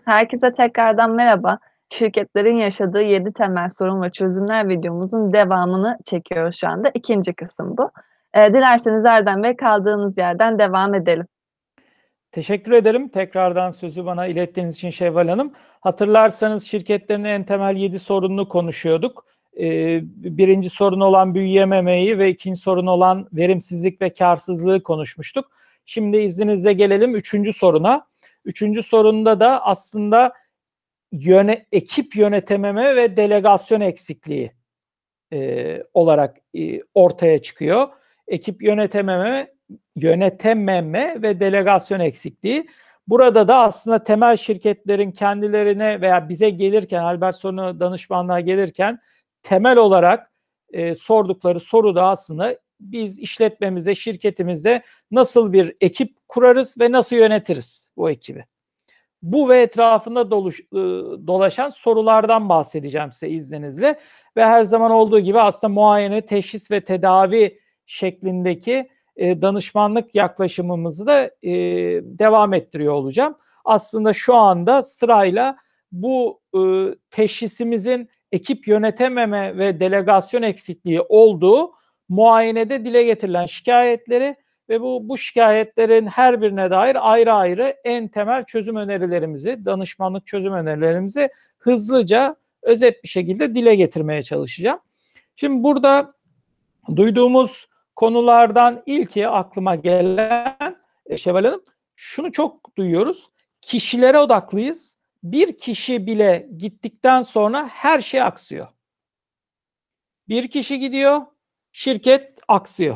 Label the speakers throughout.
Speaker 1: Herkese tekrardan merhaba. Şirketlerin yaşadığı 7 temel sorun ve çözümler videomuzun devamını çekiyoruz şu anda. 2. kısım bu. Dilerseniz Erdem Bey kaldığımız yerden devam edelim.
Speaker 2: Teşekkür ederim. Tekrardan sözü bana ilettiğiniz için Şevval Hanım. Hatırlarsanız şirketlerin en temel 7 sorununu konuşuyorduk. Birinci sorun olan büyüyememeyi ve ikinci sorun olan verimsizlik ve karsızlığı konuşmuştuk. Şimdi izninizle gelelim 3. soruna. 3. sorunda da aslında ekip yönetememe ve delegasyon eksikliği olarak ortaya çıkıyor. Ekip yönetememe ve delegasyon eksikliği. Burada da aslında temel şirketlerin kendilerine veya bize gelirken, Albert Sonu danışmanlığa gelirken temel olarak sordukları soru da aslında biz işletmemizde, şirketimizde nasıl bir ekip kurarız ve nasıl yönetiriz bu ekibi? Bu ve etrafında dolaşan sorulardan bahsedeceğim size izninizle. Ve her zaman olduğu gibi aslında muayene, teşhis ve tedavi şeklindeki danışmanlık yaklaşımımızı da devam ettiriyor olacağım. Aslında şu anda sırayla bu teşhisimizin ekip yönetememe ve delegasyon eksikliği olduğu muayenede dile getirilen şikayetleri ve bu şikayetlerin her birine dair ayrı ayrı en temel çözüm önerilerimizi, danışmanlık çözüm önerilerimizi hızlıca, özet bir şekilde dile getirmeye çalışacağım. Şimdi burada duyduğumuz konulardan ilki aklıma gelen Şevval Hanım, şunu çok duyuyoruz. Kişilere odaklıyız. Bir kişi bile gittikten sonra her şey aksıyor. Bir kişi gidiyor, şirket aksıyor.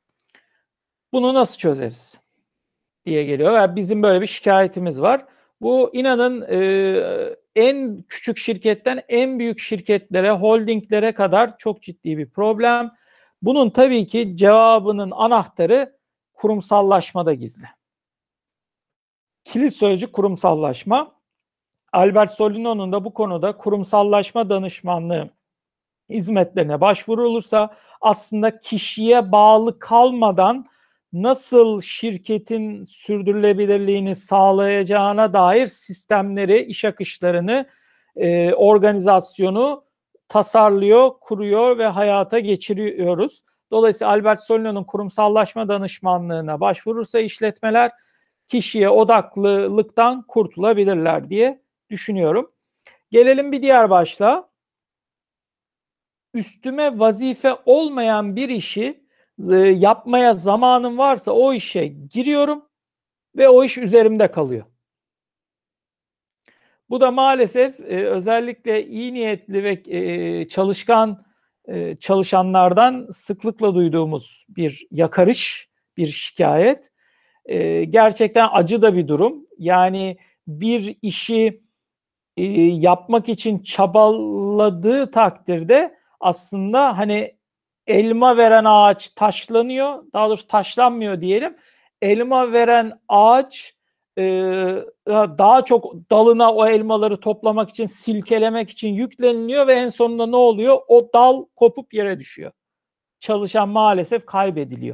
Speaker 2: Bunu nasıl çözeriz diye geliyor. Yani bizim böyle bir şikayetimiz var. Bu inanın en küçük şirketten en büyük şirketlere, holdinglere kadar çok ciddi bir problem. Bunun tabii ki cevabının anahtarı kurumsallaşmada gizli. Kilit sözcük kurumsallaşma. Albert Solino'nun da bu konuda kurumsallaşma danışmanlığı hizmetlerine başvurulursa aslında kişiye bağlı kalmadan nasıl şirketin sürdürülebilirliğini sağlayacağına dair sistemleri, iş akışlarını, organizasyonu tasarlıyor, kuruyor ve hayata geçiriyoruz. Dolayısıyla Albert Solino'nun kurumsallaşma danışmanlığına başvurursa işletmeler kişiye odaklılıktan kurtulabilirler diye düşünüyorum. Gelelim bir diğer başlığa. Üstüme vazife olmayan bir işi yapmaya zamanım varsa o işe giriyorum ve o iş üzerimde kalıyor. Bu da maalesef özellikle iyi niyetli ve çalışkan çalışanlardan sıklıkla duyduğumuz bir yakarış, bir şikayet. Gerçekten acı da bir durum. Yani bir işi yapmak için çabaladığı takdirde aslında hani elma veren ağaç taşlanıyor, daha doğrusu taşlanmıyor diyelim. Elma veren ağaç daha çok dalına o elmaları toplamak için, silkelemek için yükleniliyor ve en sonunda ne oluyor? O dal kopup yere düşüyor. Çalışan maalesef kaybediliyor.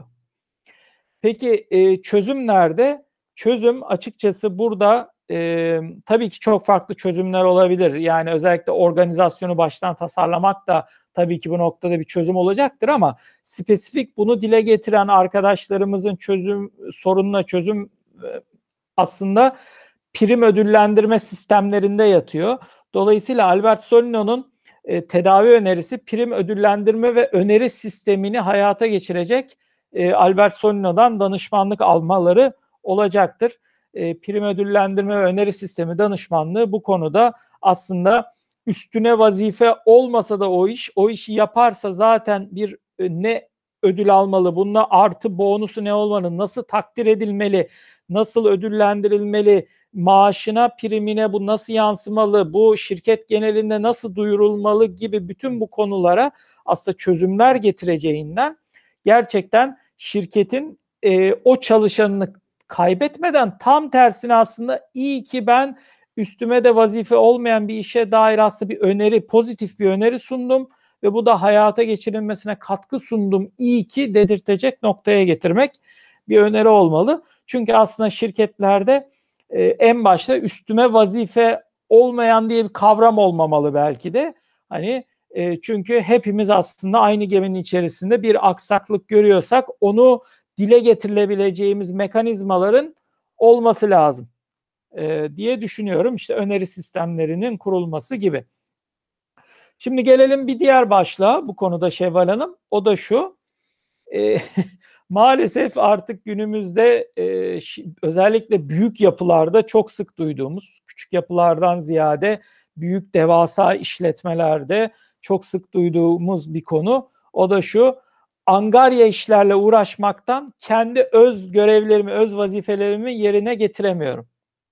Speaker 2: Peki çözüm nerede? Çözüm açıkçası burada tabii ki çok farklı çözümler olabilir. Yani özellikle organizasyonu baştan tasarlamak da tabii ki bu noktada bir çözüm olacaktır ama spesifik bunu dile getiren arkadaşlarımızın sorununa çözüm aslında prim ödüllendirme sistemlerinde yatıyor. Dolayısıyla Albert Solino'nun tedavi önerisi prim ödüllendirme ve öneri sistemini hayata geçirecek Albert Solino'dan danışmanlık almaları olacaktır. Prim ödüllendirme ve öneri sistemi danışmanlığı bu konuda aslında üstüne vazife olmasa da o işi yaparsa zaten bir ne ödül almalı, bununla artı bonusu ne olmalı, nasıl takdir edilmeli, nasıl ödüllendirilmeli, maaşına, primine bu nasıl yansımalı, bu şirket genelinde nasıl duyurulmalı gibi bütün bu konulara aslında çözümler getireceğinden gerçekten şirketin o çalışanını kaybetmeden tam tersine aslında iyi ki ben üstüme de vazife olmayan bir işe dair aslında bir öneri, pozitif bir öneri sundum ve bu da hayata geçirilmesine katkı sundum. İyi ki dedirtecek noktaya getirmek bir öneri olmalı. Çünkü aslında şirketlerde en başta üstüme vazife olmayan diye bir kavram olmamalı belki de. Hani çünkü hepimiz aslında aynı geminin içerisinde bir aksaklık görüyorsak onu dile getirilebileceğimiz mekanizmaların olması lazım diye düşünüyorum. İşte öneri sistemlerinin kurulması gibi. Şimdi gelelim bir diğer başlığa bu konuda Şevval Hanım. O da şu. Maalesef artık günümüzde özellikle büyük yapılarda çok sık duyduğumuz, küçük yapılardan ziyade büyük devasa işletmelerde çok sık duyduğumuz bir konu. O da şu: angarya işlerle uğraşmaktan kendi öz görevlerimi, öz vazifelerimi yerine getiremiyorum.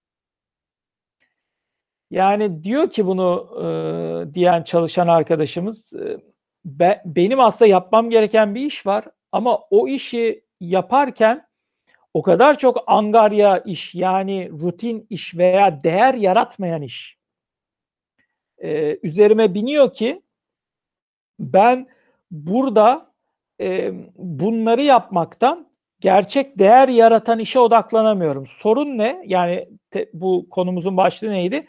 Speaker 2: Yani diyor ki bunu diyen çalışan arkadaşımız, benim aslında yapmam gereken bir iş var ama o işi yaparken o kadar çok angarya iş, yani rutin iş veya değer yaratmayan iş üzerime biniyor ki ben burada bunları yapmaktan gerçek değer yaratan işe odaklanamıyorum. Sorun ne? Yani bu konumuzun başlığı neydi?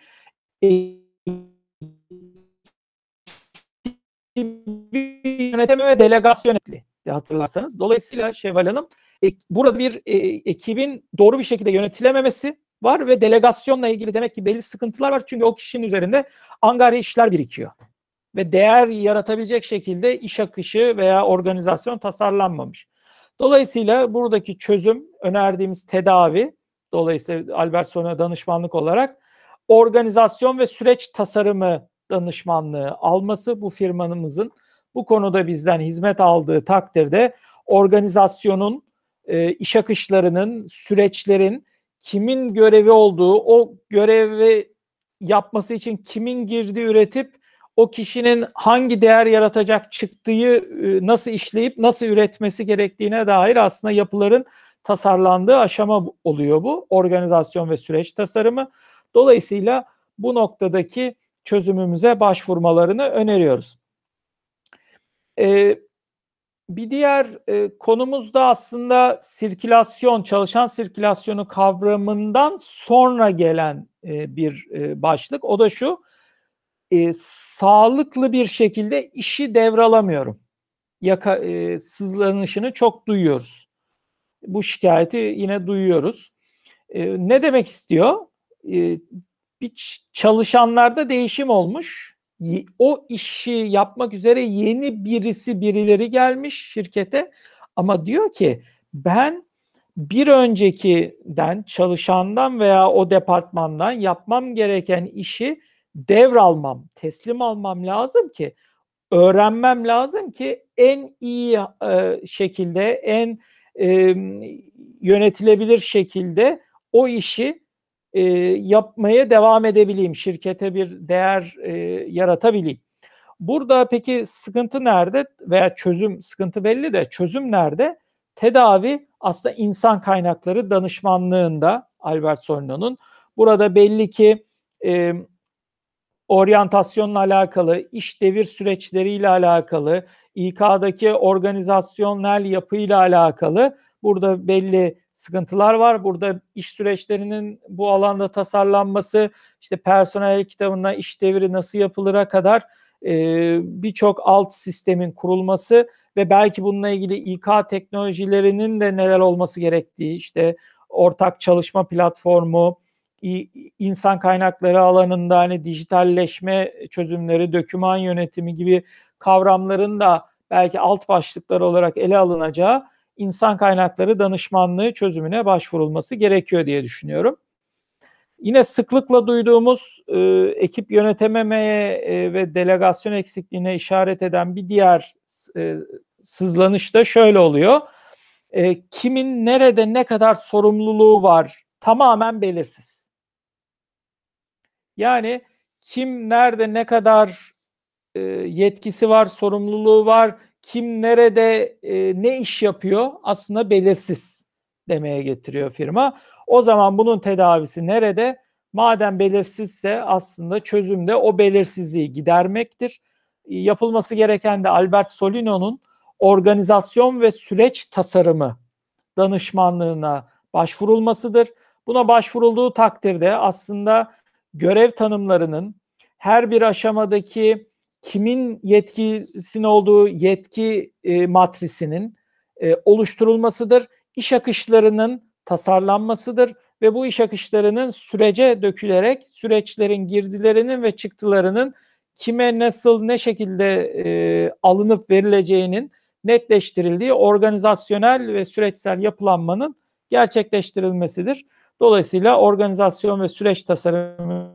Speaker 2: Yönetimi ve delegasyon hatırlarsanız. Dolayısıyla Şevval Hanım, burada bir ekibin doğru bir şekilde yönetilememesi var ve delegasyonla ilgili demek ki belli sıkıntılar var. Çünkü o kişinin üzerinde angarya işler birikiyor. Ve değer yaratabilecek şekilde iş akışı veya organizasyon tasarlanmamış. Dolayısıyla buradaki çözüm, önerdiğimiz tedavi, dolayısıyla Albert Soylu'na danışmanlık olarak organizasyon ve süreç tasarımı danışmanlığı alması, bu firmamızın bu konuda bizden hizmet aldığı takdirde organizasyonun, iş akışlarının, süreçlerin kimin görevi olduğu, o görevi yapması için kimin girdi üretip o kişinin hangi değer yaratacak çıktığı nasıl işleyip nasıl üretmesi gerektiğine dair aslında yapıların tasarlandığı aşama oluyor bu. Organizasyon ve süreç tasarımı. Dolayısıyla bu noktadaki çözümümüze başvurmalarını öneriyoruz. Bir diğer konumuz da aslında sirkülasyon, çalışan sirkülasyonu kavramından sonra gelen bir başlık. O da şu: sağlıklı bir şekilde işi devralamıyorum. Sızlanışını çok duyuyoruz. Bu şikayeti yine duyuyoruz. Ne demek istiyor? Bir çalışanlarda değişim olmuş. O işi yapmak üzere yeni birileri gelmiş şirkete ama diyor ki ben bir öncekiden çalışandan veya o departmandan yapmam gereken işi devralmam, teslim almam lazım ki, öğrenmem lazım ki en iyi şekilde, en yönetilebilir şekilde o işi yapmaya devam edebileyim, şirkete bir değer yaratabileyim. Burada peki sıkıntı nerede veya çözüm, sıkıntı belli de çözüm nerede? Tedavi aslında insan kaynakları danışmanlığında Albert Soylu'nun. Burada belli ki oryantasyonla alakalı, iş devir süreçleriyle alakalı, İK'daki organizasyonel yapıyla alakalı burada belli sıkıntılar var. Burada iş süreçlerinin bu alanda tasarlanması, işte personel kitabında iş devri nasıl yapılır'a kadar birçok alt sistemin kurulması ve belki bununla ilgili İK teknolojilerinin de neler olması gerektiği, işte ortak çalışma platformu, insan kaynakları alanında hani dijitalleşme çözümleri, doküman yönetimi gibi kavramların da belki alt başlıklar olarak ele alınacağı insan kaynakları danışmanlığı çözümüne başvurulması gerekiyor diye düşünüyorum. Yine sıklıkla duyduğumuz ekip yönetememeye ve delegasyon eksikliğine işaret eden bir diğer sızlanış da şöyle oluyor: kimin nerede ne kadar sorumluluğu var tamamen belirsiz. Yani kim nerede ne kadar yetkisi var, sorumluluğu var, kim nerede ne iş yapıyor aslında belirsiz demeye getiriyor firma. O zaman bunun tedavisi nerede? Madem belirsizse aslında çözüm de o belirsizliği gidermektir. Yapılması gereken de Albert Soylu'nun organizasyon ve süreç tasarımı danışmanlığına başvurulmasıdır. Buna başvurulduğu takdirde aslında görev tanımlarının her bir aşamadaki kimin yetkisinin olduğu yetki matrisinin oluşturulmasıdır. İş akışlarının tasarlanmasıdır ve bu iş akışlarının sürece dökülerek süreçlerin girdilerinin ve çıktılarının kime nasıl ne şekilde alınıp verileceğinin netleştirildiği organizasyonel ve süreçsel yapılanmanın gerçekleştirilmesidir. Dolayısıyla organizasyon ve süreç tasarımı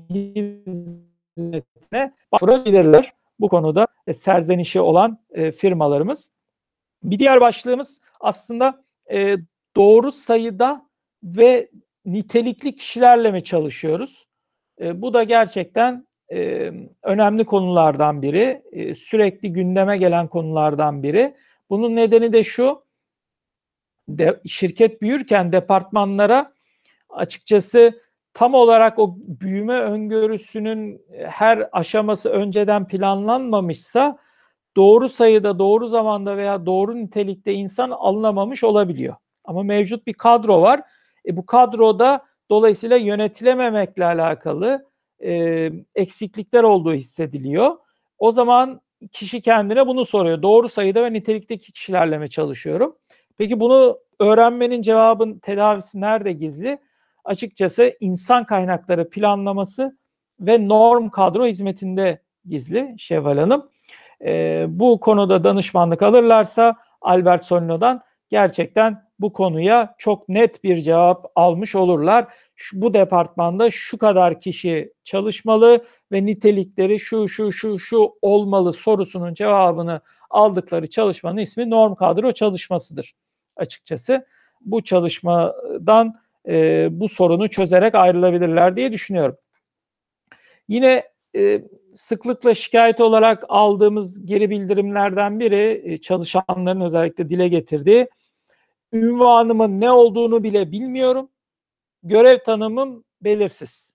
Speaker 2: hizmetine başvurabilirler. Bu konuda serzenişi olan firmalarımız. Bir diğer başlığımız aslında doğru sayıda ve nitelikli kişilerle mi çalışıyoruz? Bu da gerçekten önemli konulardan biri. Sürekli gündeme gelen konulardan biri. Bunun nedeni de şu: şirket büyürken departmanlara açıkçası tam olarak o büyüme öngörüsünün her aşaması önceden planlanmamışsa doğru sayıda, doğru zamanda veya doğru nitelikte insan alınamamış olabiliyor. Ama mevcut bir kadro var. Bu kadroda dolayısıyla yönetilememekle alakalı eksiklikler olduğu hissediliyor. O zaman kişi kendine bunu soruyor: doğru sayıda ve nitelikteki kişilerle mi çalışıyorum? Peki bunu öğrenmenin cevabın tedavisi nerede gizli? Açıkçası insan kaynakları planlaması ve norm kadro hizmetinde gizli Şevval Hanım. Bu konuda danışmanlık alırlarsa Albert Solino'dan gerçekten bu konuya çok net bir cevap almış olurlar. Bu departmanda şu kadar kişi çalışmalı ve nitelikleri şu olmalı sorusunun cevabını aldıkları çalışmanın ismi norm kadro çalışmasıdır açıkçası. Bu çalışmadan bu sorunu çözerek ayrılabilirler diye düşünüyorum. Yine sıklıkla şikayet olarak aldığımız geri bildirimlerden biri, çalışanların özellikle dile getirdiği: ünvanımın ne olduğunu bile bilmiyorum, görev tanımım belirsiz.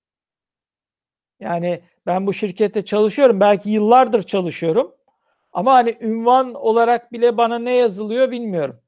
Speaker 2: Yani ben bu şirkette çalışıyorum, belki yıllardır çalışıyorum ama hani ünvan olarak bile bana ne yazılıyor bilmiyorum.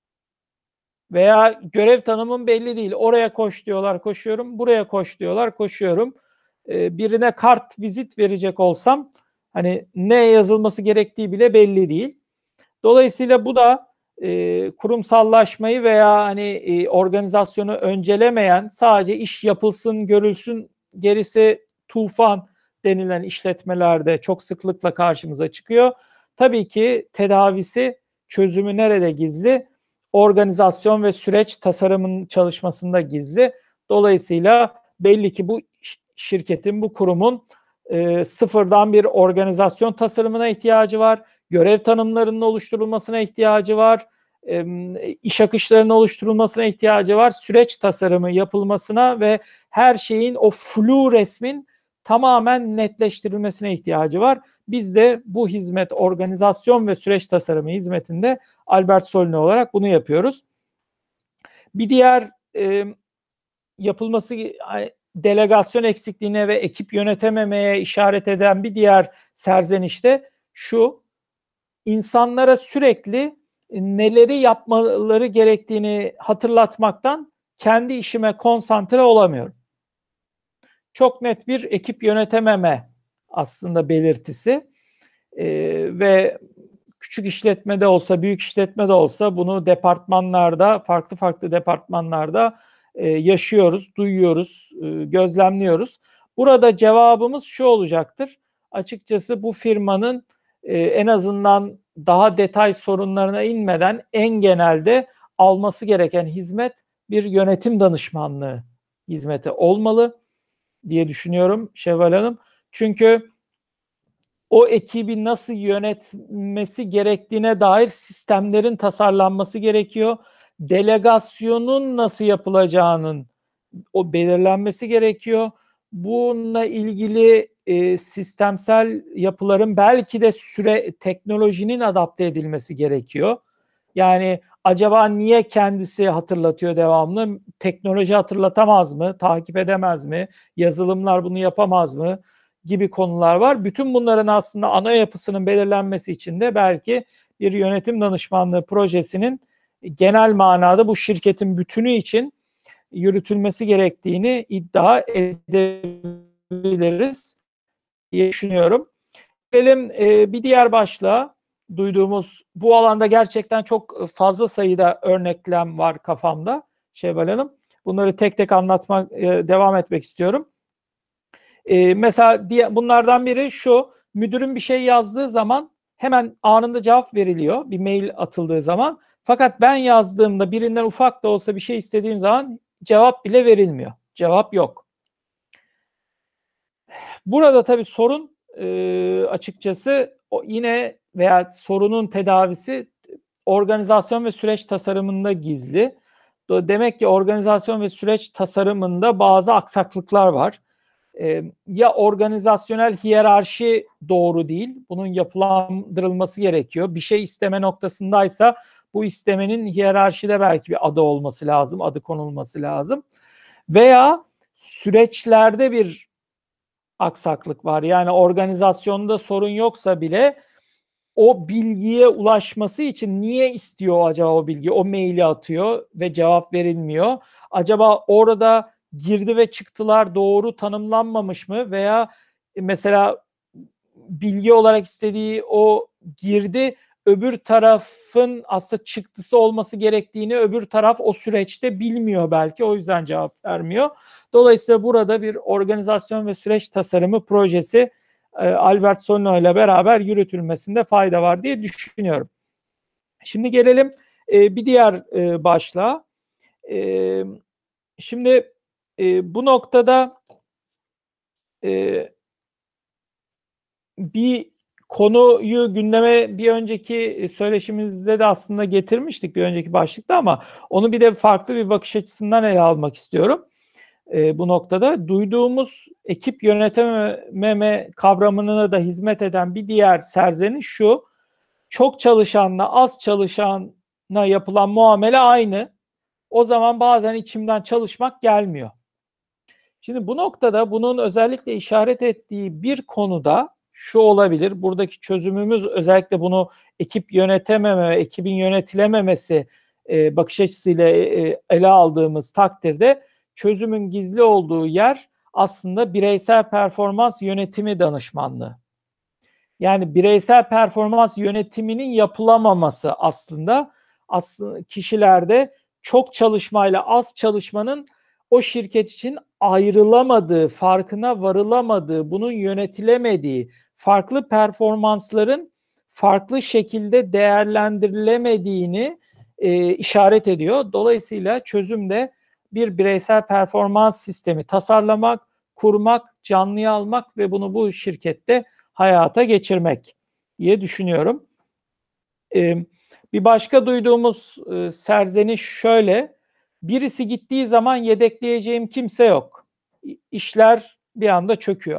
Speaker 2: Veya görev tanımım belli değil. Oraya koş diyorlar, koşuyorum. Buraya koş diyorlar, koşuyorum. Birine kart vizit verecek olsam hani ne yazılması gerektiği bile belli değil. Dolayısıyla bu da kurumsallaşmayı veya hani organizasyonu öncelemeyen, sadece iş yapılsın, görülsün, gerisi tufan denilen işletmelerde çok sıklıkla karşımıza çıkıyor. Tabii ki tedavisi, çözümü nerede gizli? Organizasyon ve süreç tasarımının çalışmasında gizli. Dolayısıyla belli ki bu şirketin, bu kurumun sıfırdan bir organizasyon tasarımına ihtiyacı var. Görev tanımlarının oluşturulmasına ihtiyacı var. İş akışlarının oluşturulmasına ihtiyacı var. Süreç tasarımı yapılmasına ve her şeyin, o flu resmin tamamen netleştirilmesine ihtiyacı var. Biz de bu hizmet, organizasyon ve süreç tasarımı hizmetinde Albert Solino olarak bunu yapıyoruz. Bir diğer yapılması delegasyon eksikliğine ve ekip yönetememeye işaret eden bir diğer serzeniş de şu: insanlara sürekli neleri yapmaları gerektiğini hatırlatmaktan kendi işime konsantre olamıyorum. Çok net bir ekip yönetememe aslında belirtisi ve küçük işletmede olsa, büyük işletmede olsa bunu departmanlarda, farklı departmanlarda yaşıyoruz, duyuyoruz, gözlemliyoruz. Burada cevabımız şu olacaktır: açıkçası bu firmanın en azından daha detay sorunlarına inmeden en genelde alması gereken hizmet bir yönetim danışmanlığı hizmeti olmalı diye düşünüyorum Şevval Hanım. Çünkü o ekibi nasıl yönetmesi gerektiğine dair sistemlerin tasarlanması gerekiyor. Delegasyonun nasıl yapılacağının o belirlenmesi gerekiyor. Bununla ilgili sistemsel yapıların belki de teknolojinin adapte edilmesi gerekiyor. Yani acaba niye kendisi hatırlatıyor devamlı? Teknoloji hatırlatamaz mı? Takip edemez mi? Yazılımlar bunu yapamaz mı? Gibi konular var. Bütün bunların aslında ana yapısının belirlenmesi için de belki bir yönetim danışmanlığı projesinin genel manada bu şirketin bütünü için yürütülmesi gerektiğini iddia edebiliriz diye düşünüyorum. Gelelim bir diğer başlığa. Duyduğumuz bu alanda gerçekten çok fazla sayıda örneklem var kafamda Şevval Hanım. Bunları tek tek anlatmak, devam etmek istiyorum. Mesela bunlardan biri şu: müdürün bir şey yazdığı zaman hemen anında cevap veriliyor bir mail atıldığı zaman. Fakat ben yazdığımda, birinden ufak da olsa bir şey istediğim zaman cevap bile verilmiyor. Cevap yok. Burada tabii sorun açıkçası yine veya sorunun tedavisi organizasyon ve süreç tasarımında gizli. Demek ki organizasyon ve süreç tasarımında bazı aksaklıklar var. Ya organizasyonel hiyerarşi doğru değil, bunun yapılandırılması gerekiyor. Bir şey isteme noktasındaysa bu istemenin hiyerarşide belki bir adı olması lazım, adı konulması lazım. Veya süreçlerde bir aksaklık var. Yani organizasyonda sorun yoksa bile o bilgiye ulaşması için niye istiyor acaba o bilgi? O maili atıyor ve cevap verilmiyor. Acaba orada girdi ve çıktılar doğru tanımlanmamış mı? Veya mesela bilgi olarak istediği o girdi öbür tarafın aslında çıktısı olması gerektiğini öbür taraf o süreçte bilmiyor belki. O yüzden cevap vermiyor. Dolayısıyla burada bir organizasyon ve süreç tasarımı projesi Albert Solino ile beraber yürütülmesinde fayda var diye düşünüyorum. Şimdi gelelim bir diğer başlığa. Şimdi bu noktada bir konuyu gündeme bir önceki söyleşimizde de aslında getirmiştik, bir önceki başlıkta, ama onu bir de farklı bir bakış açısından ele almak istiyorum. Bu noktada duyduğumuz ekip yönetememe kavramına da hizmet eden bir diğer serzeniş şu: çok çalışanla az çalışana yapılan muamele aynı. O zaman bazen içimden çalışmak gelmiyor. Şimdi bu noktada bunun özellikle işaret ettiği bir konuda şu olabilir: buradaki çözümümüz özellikle bunu ekip yönetememe ve ekibin yönetilememesi bakış açısıyla ele aldığımız takdirde çözümün gizli olduğu yer aslında bireysel performans yönetimi danışmanlığı. Yani bireysel performans yönetiminin yapılamaması aslında kişilerde çok çalışmayla az çalışmanın o şirket için ayrılamadığı, farkına varılamadığı, bunun yönetilemediği, farklı performansların farklı şekilde değerlendirilemediğini işaret ediyor. Dolayısıyla çözümde bir bireysel performans sistemi tasarlamak, kurmak, canlıya almak ve bunu bu şirkette hayata geçirmek diye düşünüyorum. Bir başka duyduğumuz serzeniş şöyle: birisi gittiği zaman yedekleyeceğim kimse yok. İşler bir anda çöküyor.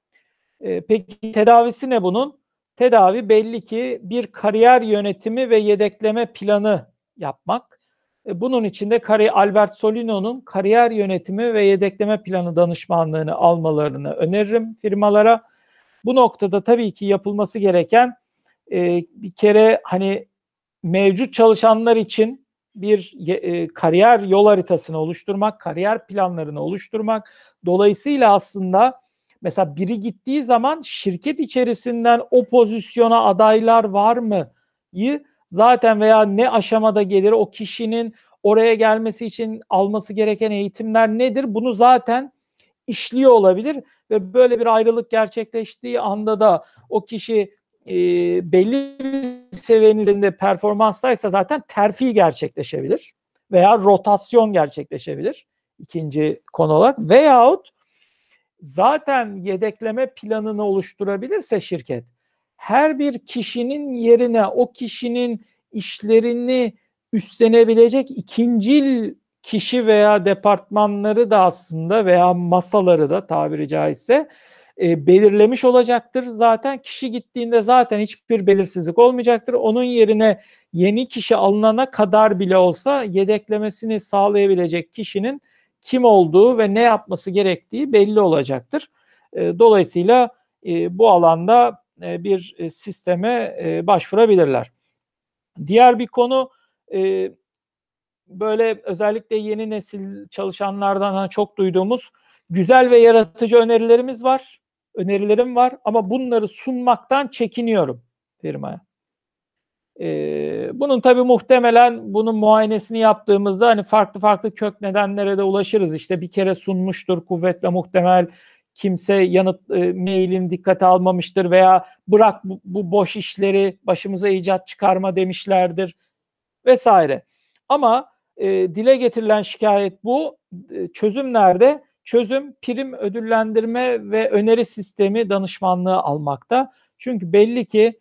Speaker 2: Peki tedavisi ne bunun? Tedavi belli ki bir kariyer yönetimi ve yedekleme planı yapmak. Bunun için de Albert Solino'nun kariyer yönetimi ve yedekleme planı danışmanlığını almalarını öneririm firmalara. Bu noktada tabii ki yapılması gereken bir kere hani mevcut çalışanlar için bir kariyer yol haritasını oluşturmak, kariyer planlarını oluşturmak. Dolayısıyla aslında mesela biri gittiği zaman şirket içerisinden o pozisyona adaylar var mı? Zaten veya ne aşamada gelir, o kişinin oraya gelmesi için alması gereken eğitimler nedir? Bunu zaten işliyor olabilir ve böyle bir ayrılık gerçekleştiği anda da o kişi belli bir seviyenin üzerinde performanstaysa zaten terfi gerçekleşebilir veya rotasyon gerçekleşebilir ikinci konu olarak, veyahut zaten yedekleme planını oluşturabilirse şirket, her bir kişinin yerine o kişinin işlerini üstlenebilecek ikincil kişi veya departmanları da aslında veya masaları da tabiri caizse belirlemiş olacaktır. Zaten kişi gittiğinde zaten hiçbir belirsizlik olmayacaktır. Onun yerine yeni kişi alınana kadar bile olsa yedeklemesini sağlayabilecek kişinin kim olduğu ve ne yapması gerektiği belli olacaktır. Dolayısıyla bu alanda bir sisteme başvurabilirler. Diğer bir konu, böyle özellikle yeni nesil çalışanlardan çok duyduğumuz güzel ve yaratıcı önerilerim var ama bunları sunmaktan çekiniyorum firmaya. Bunun tabii muhtemelen bunun muayenesini yaptığımızda hani farklı kök nedenlere de ulaşırız. İşte bir kere sunmuştur, kuvvetle muhtemel kimse mailini dikkate almamıştır veya bırak bu boş işleri, başımıza icat çıkarma demişlerdir vesaire. Ama dile getirilen şikayet bu. Çözüm nerede? Çözüm prim ödüllendirme ve öneri sistemi danışmanlığı almakta. Çünkü belli ki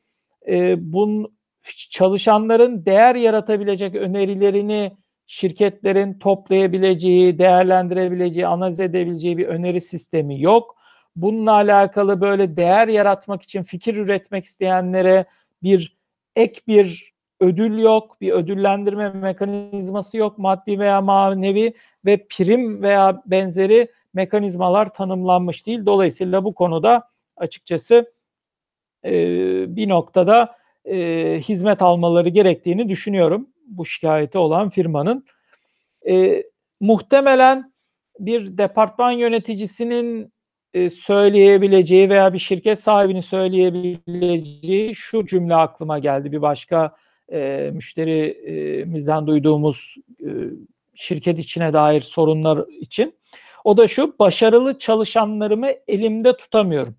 Speaker 2: çalışanların değer yaratabilecek önerilerini şirketlerin toplayabileceği, değerlendirebileceği, analiz edebileceği bir öneri sistemi yok. Bununla alakalı böyle değer yaratmak için fikir üretmek isteyenlere bir ödül yok, bir ödüllendirme mekanizması yok, maddi veya manevi ve prim veya benzeri mekanizmalar tanımlanmış değil. Dolayısıyla bu konuda açıkçası bir noktada hizmet almaları gerektiğini düşünüyorum bu şikayeti olan firmanın. Muhtemelen bir departman yöneticisinin söyleyebileceği veya bir şirket sahibinin söyleyebileceği şu cümle aklıma geldi bir başka müşterimizden duyduğumuz şirket içine dair sorunlar için. O da şu: başarılı çalışanlarımı elimde tutamıyorum.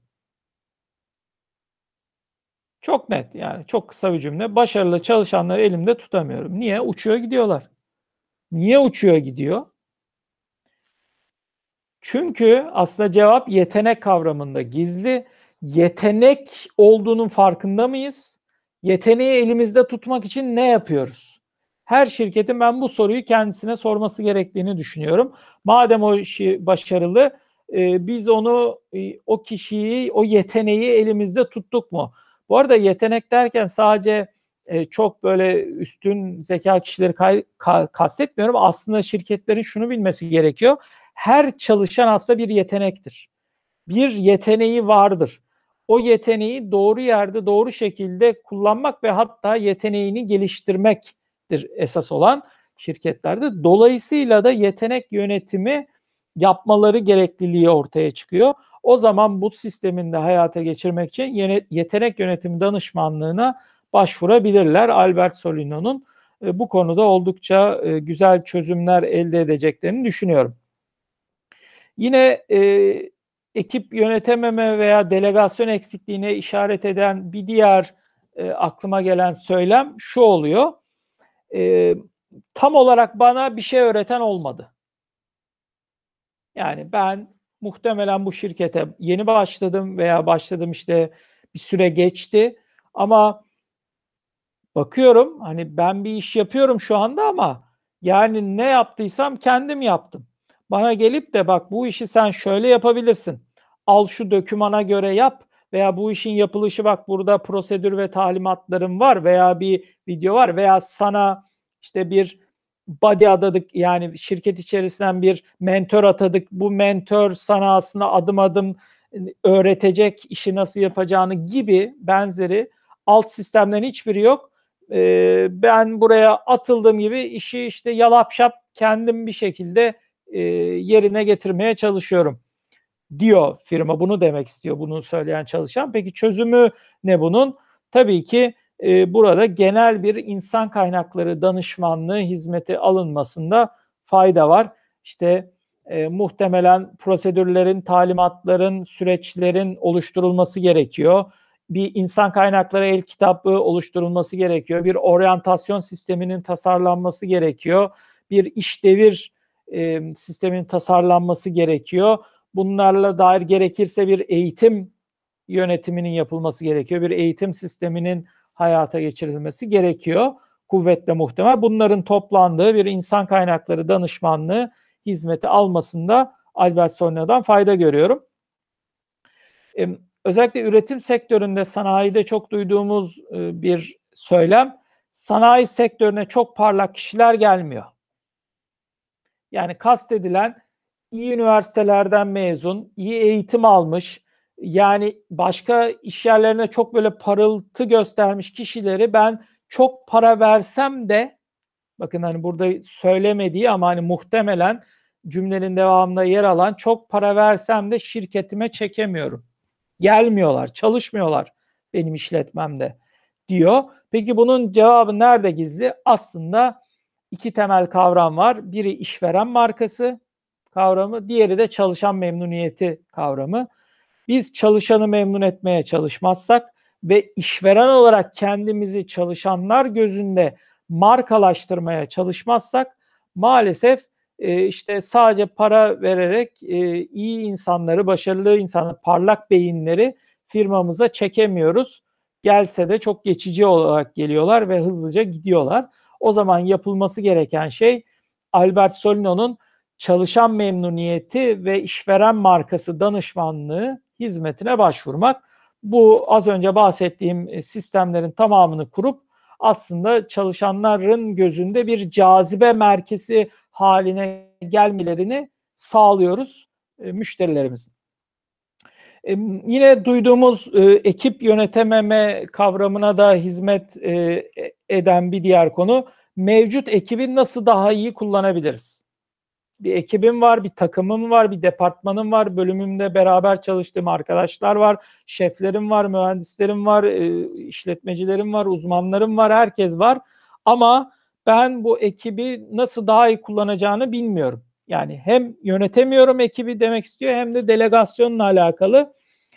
Speaker 2: Çok net, yani çok kısa bir cümle. Başarılı çalışanları elimde tutamıyorum. Niye? Uçuyor gidiyorlar. Niye uçuyor gidiyor? Çünkü aslında cevap yetenek kavramında gizli. Yetenek olduğunun farkında mıyız? Yeteneği elimizde tutmak için ne yapıyoruz? Her şirketin ben bu soruyu kendisine sorması gerektiğini düşünüyorum. Madem o başarılı, biz o kişiyi, o yeteneği elimizde tuttuk mu? Bu arada yetenek derken sadece çok böyle üstün zeka kişileri kastetmiyorum. Aslında şirketlerin şunu bilmesi gerekiyor: her çalışan aslında bir yetenektir. Bir yeteneği vardır. O yeteneği doğru yerde, doğru şekilde kullanmak ve hatta yeteneğini geliştirmektir esas olan şirketlerde. Dolayısıyla da yetenek yönetimi yapmaları gerekliliği ortaya çıkıyor. O zaman bu sistemin de hayata geçirmek için yetenek yönetimi danışmanlığına başvurabilirler. Albert Solino'nun bu konuda oldukça güzel çözümler elde edeceklerini düşünüyorum. Yine ekip yönetememe veya delegasyon eksikliğine işaret eden bir diğer aklıma gelen söylem şu oluyor: tam olarak bana bir şey öğreten olmadı. Yani ben muhtemelen bu şirkete yeni başladım veya başladım işte bir süre geçti ama bakıyorum hani ben bir iş yapıyorum şu anda ama yani ne yaptıysam kendim yaptım. Bana gelip de bak bu işi sen şöyle yapabilirsin, al şu dokümana göre yap veya bu işin yapılışı bak burada prosedür ve talimatlarım var veya bir video var veya sana işte bir body adadık, yani şirket içerisinden bir mentor atadık. Bu mentor sana aslında adım adım öğretecek işi nasıl yapacağını gibi benzeri alt sistemlerin hiçbiri yok. Ben buraya atıldığım gibi işi işte yalap şap kendim bir şekilde yerine getirmeye çalışıyorum diyor firma. Bunu demek istiyor bunu söyleyen çalışan. Peki çözümü ne bunun? Tabii ki burada genel bir insan kaynakları danışmanlığı hizmeti alınmasında fayda var. İşte muhtemelen prosedürlerin, talimatların, süreçlerin oluşturulması gerekiyor. Bir insan kaynakları el kitabı oluşturulması gerekiyor. Bir oryantasyon sisteminin tasarlanması gerekiyor. Bir iş devir sistemin tasarlanması gerekiyor. Bunlarla dair gerekirse bir eğitim yönetiminin yapılması gerekiyor. Bir eğitim sisteminin hayata geçirilmesi gerekiyor. Kuvvetle muhtemel bunların toplandığı bir insan kaynakları danışmanlığı hizmeti almasında Albert Solino'dan fayda görüyorum. Özellikle üretim sektöründe, sanayide çok duyduğumuz bir söylem: sanayi sektörüne çok parlak kişiler gelmiyor. Yani kastedilen iyi üniversitelerden mezun, iyi eğitim almış, yani başka iş yerlerine çok böyle parıltı göstermiş kişileri ben çok para versem de Bakın hani burada söylemediği ama hani muhtemelen cümlenin devamında yer alan, çok para versem de şirketime çekemiyorum. Gelmiyorlar, çalışmıyorlar benim işletmemde diyor. Peki bunun cevabı nerede gizli? Aslında iki temel kavram var. Biri işveren markası kavramı, diğeri de çalışan memnuniyeti kavramı. Biz çalışanı memnun etmeye çalışmazsak ve işveren olarak kendimizi çalışanlar gözünde markalaştırmaya çalışmazsak maalesef işte sadece para vererek iyi insanları, başarılı insanları, parlak beyinleri firmamıza çekemiyoruz. Gelse de çok geçici olarak geliyorlar ve hızlıca gidiyorlar. O zaman yapılması gereken şey Albert Solino'nun çalışan memnuniyeti ve işveren markası danışmanlığı hizmetine başvurmak. Bu az önce bahsettiğim sistemlerin tamamını kurup aslında çalışanların gözünde bir cazibe merkezi haline gelmelerini sağlıyoruz müşterilerimizin. Yine duyduğumuz ekip yönetememe kavramına da hizmet eden bir diğer konu, mevcut ekibi nasıl daha iyi kullanabiliriz? Bir ekibim var, bir takımım var, bir departmanım var, bölümümde beraber çalıştığım arkadaşlar var, şeflerim var, mühendislerim var, işletmecilerim var, uzmanlarım var, herkes var. Ama ben bu ekibi nasıl daha iyi kullanacağını bilmiyorum. Yani hem yönetemiyorum ekibi demek istiyor, hem de delegasyonla alakalı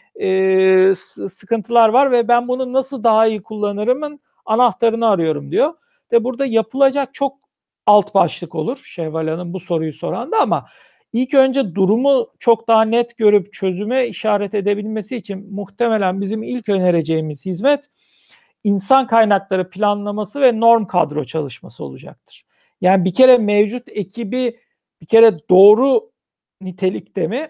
Speaker 2: sıkıntılar var ve ben bunu nasıl daha iyi kullanırımın anahtarını arıyorum diyor. Ve burada yapılacak çok alt başlık olur Şevval Hanım bu soruyu soranda, ama ilk önce durumu çok daha net görüp çözüme işaret edebilmesi için muhtemelen bizim ilk önereceğimiz hizmet insan kaynakları planlaması ve norm kadro çalışması olacaktır. Yani bir kere mevcut ekibi bir kere doğru nitelikte mi,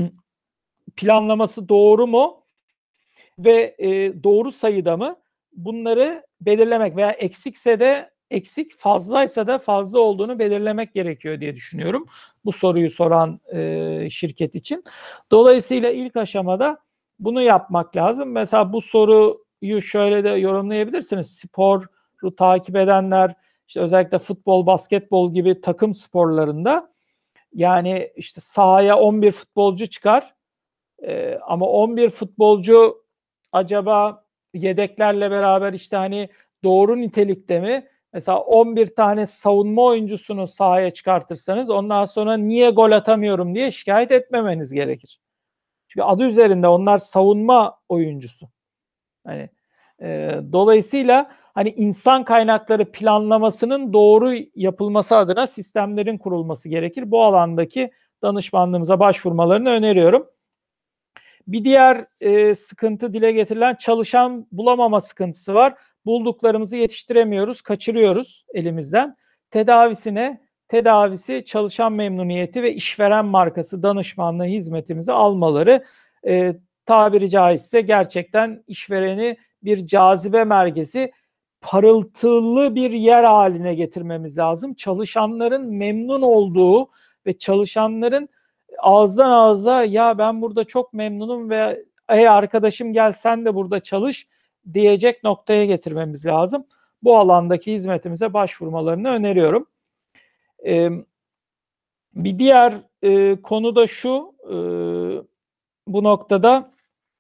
Speaker 2: planlaması doğru mu ve doğru sayıda mı, bunları belirlemek veya eksikse de eksik, fazlaysa da fazla olduğunu belirlemek gerekiyor diye düşünüyorum bu soruyu soran şirket için. Dolayısıyla ilk aşamada bunu yapmak lazım. Mesela bu soruyu şöyle de yorumlayabilirsiniz. Sporu takip edenler, işte özellikle futbol, basketbol gibi takım sporlarında, yani işte sahaya 11 futbolcu çıkar. Ama 11 futbolcu acaba yedeklerle beraber işte hani doğru nitelikte mi? Mesela 11 tane savunma oyuncusunu sahaya çıkartırsanız ondan sonra niye gol atamıyorum diye şikayet etmemeniz gerekir. Çünkü adı üzerinde onlar savunma oyuncusu. Hani dolayısıyla hani insan kaynakları planlamasının doğru yapılması adına sistemlerin kurulması gerekir. Bu alandaki danışmanlığımıza başvurmalarını öneriyorum. Bir diğer sıkıntı dile getirilen çalışan bulamama sıkıntısı var. Bulduklarımızı yetiştiremiyoruz, kaçırıyoruz elimizden. Tedavisi çalışan memnuniyeti ve işveren markası danışmanlığı hizmetimizi almaları. Tabiri caizse gerçekten işvereni bir cazibe merkezi, parıltılı bir yer haline getirmemiz lazım. Çalışanların memnun olduğu ve çalışanların ağızdan ağza ya ben burada çok memnunum ve ey arkadaşım gel sen de burada çalış diyecek noktaya getirmemiz lazım. Bu alandaki hizmetimize başvurmalarını öneriyorum. Bir diğer konu da şu, bu noktada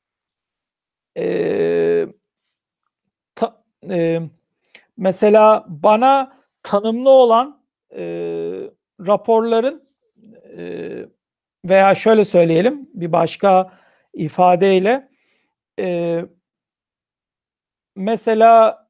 Speaker 2: mesela bana tanımlı olan raporların veya şöyle söyleyelim bir başka ifadeyle, mesela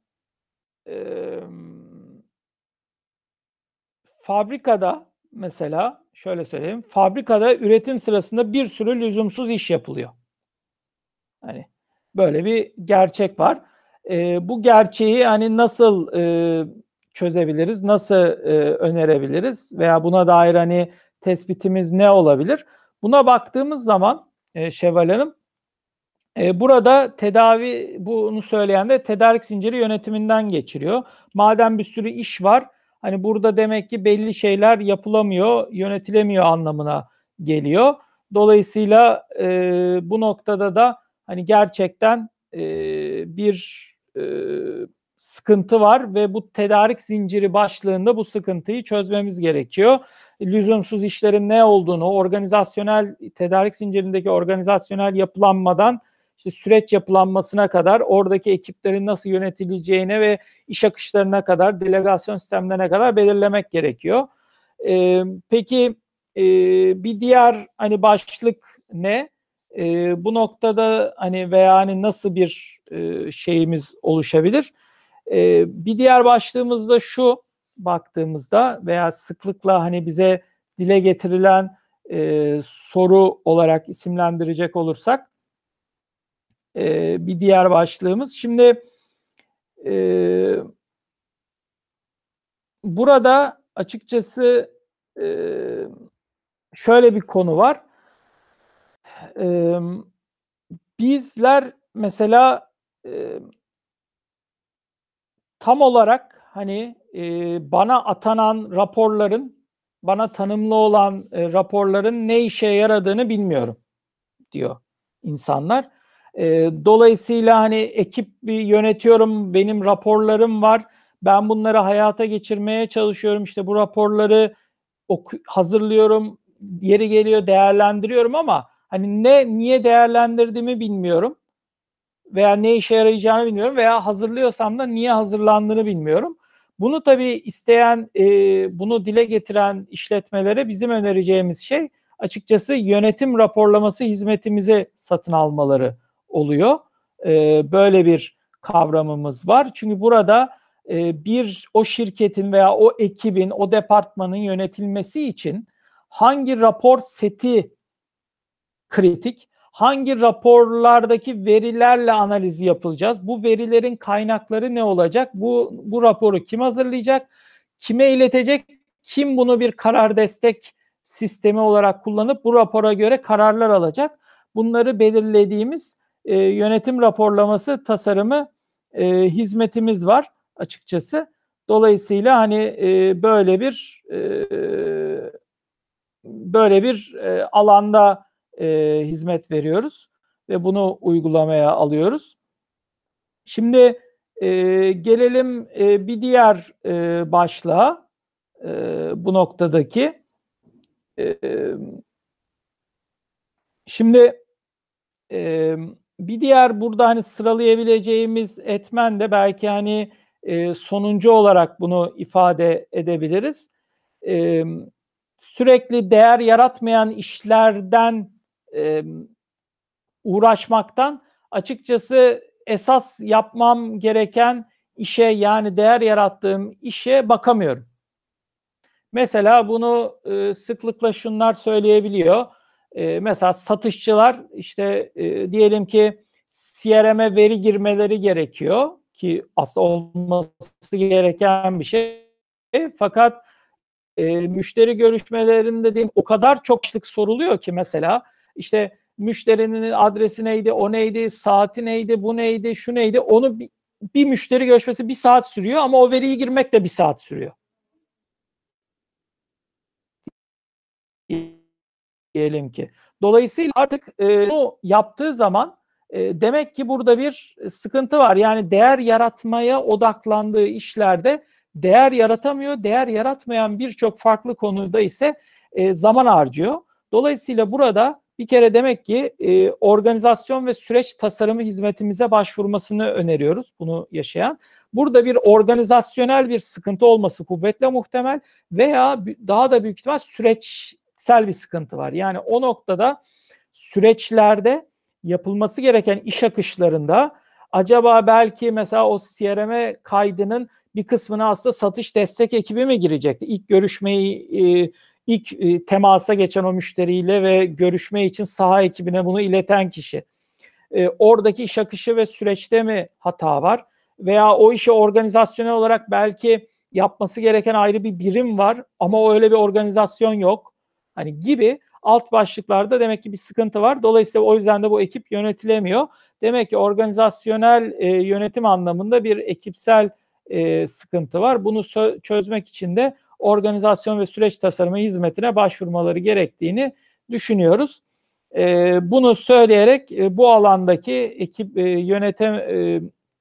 Speaker 2: fabrikada, mesela şöyle söyleyeyim, fabrikada üretim sırasında bir sürü lüzumsuz iş yapılıyor. Hani böyle bir gerçek var. Bu gerçeği hani nasıl çözebiliriz, nasıl önerebiliriz veya buna dair hani tespitimiz ne olabilir? Buna baktığımız zaman Şevval Hanım, burada bunu söyleyen de tedarik zinciri yönetiminden geçiriyor. Madem bir sürü iş var, hani burada demek ki belli şeyler yapılamıyor, yönetilemiyor anlamına geliyor. Dolayısıyla bu noktada da hani gerçekten bir sıkıntı var ve bu tedarik zinciri başlığında bu sıkıntıyı çözmemiz gerekiyor. Lüzumsuz işlerin ne olduğunu, organizasyonel tedarik zincirindeki organizasyonel yapılanmadan işte süreç yapılanmasına kadar, oradaki ekiplerin nasıl yönetileceğine ve iş akışlarına kadar, delegasyon sistemlerine kadar belirlemek gerekiyor. Peki bir diğer hani başlık ne? Bu noktada hani veya hani nasıl bir şeyimiz oluşabilir? Bir diğer başlığımız da şu, baktığımızda veya sıklıkla hani bize dile getirilen soru olarak isimlendirecek olursak, bir diğer başlığımız. Şimdi burada açıkçası şöyle bir konu var. Bizler mesela tam olarak hani bana atanan raporların, bana tanımlı olan raporların ne işe yaradığını bilmiyorum diyor insanlar. Dolayısıyla hani ekip yönetiyorum, benim raporlarım var, ben bunları hayata geçirmeye çalışıyorum, işte bu raporları hazırlıyorum, yeri geliyor değerlendiriyorum ama hani niye değerlendirdiğimi bilmiyorum veya ne işe yarayacağını bilmiyorum veya hazırlıyorsam da niye hazırlandığını bilmiyorum. Bunu tabii isteyen, bunu dile getiren işletmelere bizim önereceğimiz şey açıkçası yönetim raporlaması hizmetimizi satın almaları oluyor. Böyle bir kavramımız var. Çünkü burada o şirketin veya o ekibin, o departmanın yönetilmesi için hangi rapor seti kritik, hangi raporlardaki verilerle analizi yapılacağız, bu verilerin kaynakları ne olacak, bu raporu kim hazırlayacak, kime iletecek, kim bunu bir karar destek sistemi olarak kullanıp bu rapora göre kararlar alacak. Bunları belirlediğimiz yönetim raporlaması tasarımı hizmetimiz var açıkçası. Dolayısıyla hani böyle bir alanda hizmet veriyoruz ve bunu uygulamaya alıyoruz. Şimdi gelelim bir diğer başlığa, bu noktadaki. Şimdi bir diğer burada hani sıralayabileceğimiz etmen de belki hani sonuncu olarak bunu ifade edebiliriz. Sürekli değer yaratmayan işlerden uğraşmaktan açıkçası esas yapmam gereken işe, yani değer yarattığım işe bakamıyorum. Mesela bunu sıklıkla şunlar söyleyebiliyor. Mesela satışçılar işte diyelim ki CRM'e veri girmeleri gerekiyor ki aslında olması gereken bir şey. Fakat müşteri görüşmelerinde diyeyim o kadar çok sık soruluyor ki mesela işte müşterinin adresi neydi, o neydi, saati neydi, bu neydi, şu neydi, onu bir müşteri görüşmesi 1 saat sürüyor ama o veriyi girmek de 1 saat sürüyor. Diyelim ki. Dolayısıyla artık bunu yaptığı zaman demek ki burada bir sıkıntı var. Yani değer yaratmaya odaklandığı işlerde değer yaratamıyor. Değer yaratmayan birçok farklı konuda ise zaman harcıyor. Dolayısıyla burada bir kere demek ki organizasyon ve süreç tasarımı hizmetimize başvurmasını öneriyoruz bunu yaşayan. Burada bir organizasyonel bir sıkıntı olması kuvvetle muhtemel veya daha da büyük ihtimal süreçsel bir sıkıntı var. Yani o noktada süreçlerde yapılması gereken iş akışlarında acaba belki mesela o CRM kaydının bir kısmına aslında satış destek ekibi mi girecekti? İlk görüşmeyi, ilk temasa geçen o müşteriyle ve görüşme için saha ekibine bunu ileten kişi. Oradaki iş akışı ve süreçte mi hata var? Veya o işi organizasyonel olarak belki yapması gereken ayrı bir birim var ama öyle bir organizasyon yok. Hani gibi alt başlıklarda demek ki bir sıkıntı var. Dolayısıyla o yüzden de bu ekip yönetilemiyor. Demek ki organizasyonel yönetim anlamında bir ekipsel sıkıntı var. Bunu çözmek için de organizasyon ve süreç tasarımı hizmetine başvurmaları gerektiğini düşünüyoruz. Bunu söyleyerek bu alandaki ekip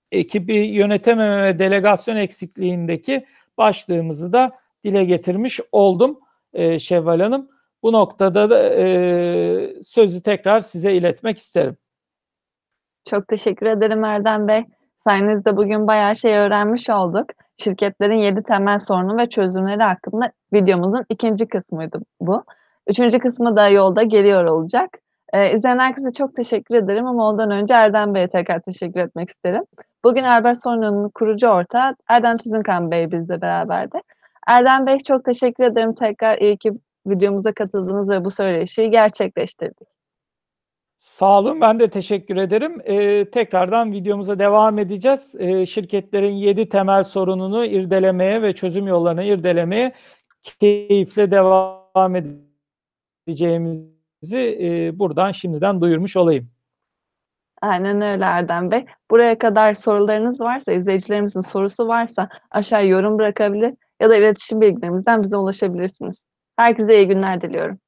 Speaker 2: ekibi yönetememe ve delegasyon eksikliğindeki başlığımızı da dile getirmiş oldum Şevval Hanım. Bu noktada da sözü tekrar size iletmek isterim.
Speaker 1: Çok teşekkür ederim Erdem Bey. Sayenizde bugün bayağı şey öğrenmiş olduk. Şirketlerin 7 temel sorunu ve çözümleri hakkında videomuzun 2. kısmıydı bu. 3. kısmı da yolda geliyor olacak. İzleyen herkese çok teşekkür ederim ama ondan önce Erdem Bey'e tekrar teşekkür etmek isterim. Bugün Albert Sorun'un kurucu ortağı Erdem Tüzünkan Bey bizle beraberdi. Erdem Bey çok teşekkür ederim. Tekrar iyi ki videomuza katıldınız ve bu söyleşiyi gerçekleştirdik.
Speaker 2: Sağ olun, ben de teşekkür ederim. Tekrardan videomuza devam edeceğiz. Şirketlerin 7 temel sorununu irdelemeye ve çözüm yollarını irdelemeye keyifle devam edeceğimizi buradan şimdiden duyurmuş olayım.
Speaker 1: Aynen öyle Erdem Bey. Buraya kadar sorularınız varsa, izleyicilerimizin sorusu varsa aşağıya yorum bırakabilir ya da iletişim bilgilerimizden bize ulaşabilirsiniz. Herkese iyi günler diliyorum.